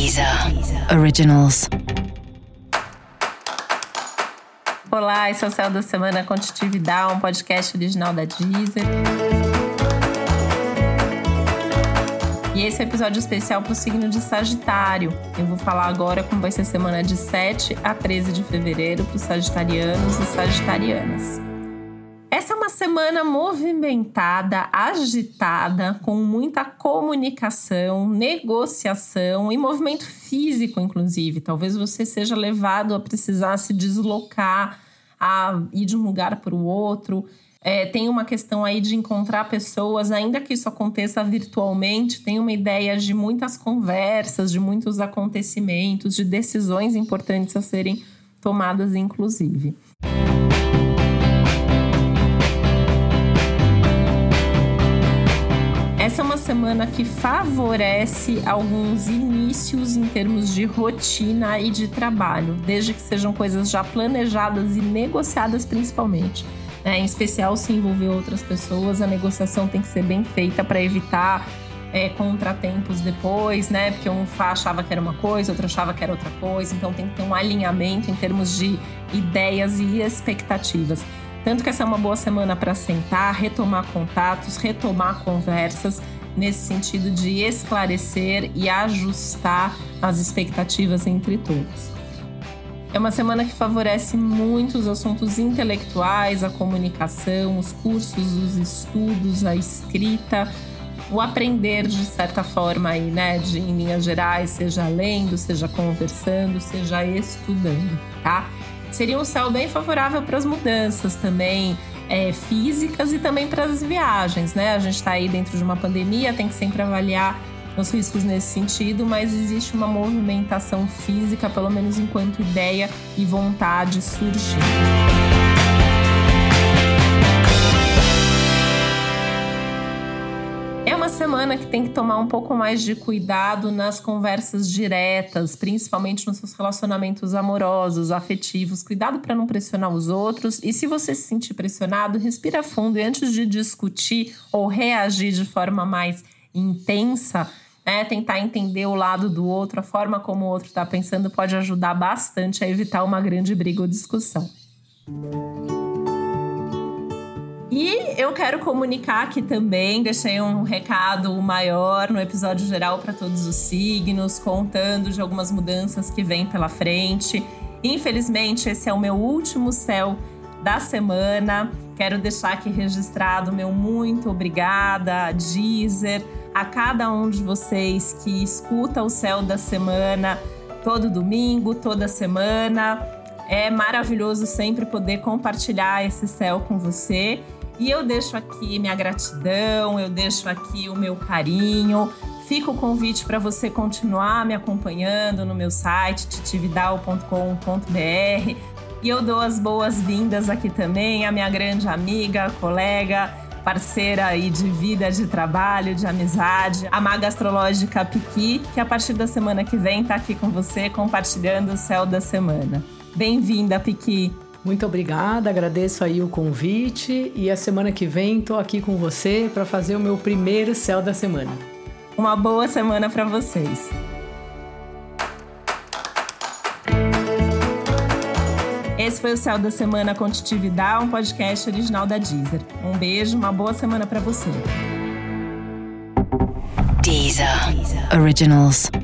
Deezer Originals. Olá, esse é o Céu da Semana com Titi Vidal, um podcast original da Deezer. E esse é o episódio especial para o signo de Sagitário. Eu vou falar agora como vai ser a semana de 7 a 13 de fevereiro para os sagitarianos e sagitarianas. Essa é uma semana movimentada, agitada, com muita comunicação, negociação e movimento físico, inclusive. Talvez você seja levado a precisar se deslocar, a ir de um lugar para o outro. Tem uma questão aí de encontrar pessoas, ainda que isso aconteça virtualmente, tem uma ideia de muitas conversas, de muitos acontecimentos, de decisões importantes a serem tomadas, inclusive. Essa é uma semana que favorece alguns inícios em termos de rotina e de trabalho, desde que sejam coisas já planejadas e negociadas principalmente. Em especial, se envolver outras pessoas, a negociação tem que ser bem feita para evitar contratempos depois, né? Porque um achava que era uma coisa, outro achava que era outra coisa, então tem que ter um alinhamento em termos de ideias e expectativas. Tanto que essa é uma boa semana para sentar, retomar contatos, retomar conversas, nesse sentido de esclarecer e ajustar as expectativas entre todos. É uma semana que favorece muito os assuntos intelectuais, a comunicação, os cursos, os estudos, a escrita, o aprender de certa forma aí, né, em linhas gerais, seja lendo, seja conversando, seja estudando, tá? Seria um céu bem favorável para as mudanças também, físicas e também para as viagens, né? A gente está aí dentro de uma pandemia, tem que sempre avaliar os riscos nesse sentido, mas existe uma movimentação física, pelo menos enquanto ideia e vontade surgir. É uma semana que tem que tomar um pouco mais de cuidado nas conversas diretas, principalmente nos seus relacionamentos amorosos, afetivos. Cuidado para não pressionar os outros. E se você se sentir pressionado, respira fundo. E antes de discutir ou reagir de forma mais intensa, tentar entender o lado do outro, a forma como o outro está pensando, pode ajudar bastante a evitar uma grande briga ou discussão. E eu quero comunicar aqui também, deixei um recado maior no episódio geral para todos os signos, contando de algumas mudanças que vêm pela frente. Infelizmente, esse é o meu último céu da semana. Quero deixar aqui registrado meu muito obrigada, Deezer, a cada um de vocês que escuta o céu da semana todo domingo, toda semana. É maravilhoso sempre poder compartilhar esse céu com você. E eu deixo aqui minha gratidão, eu deixo aqui o meu carinho. Fica o convite para você continuar me acompanhando no meu site, titividal.com.br. E eu dou as boas-vindas aqui também à minha grande amiga, colega, parceira aí de vida, de trabalho, de amizade, a maga astrológica Piqui, que a partir da semana que vem está aqui com você compartilhando o céu da semana. Bem-vinda, Piqui! Muito obrigada, agradeço aí o convite e a semana que vem estou aqui com você para fazer o meu primeiro céu da semana. Uma boa semana para vocês! Esse foi o Céu da Semana com Titi Vidal, um podcast original da Deezer. Um beijo, uma boa semana para você. Deezer Originals.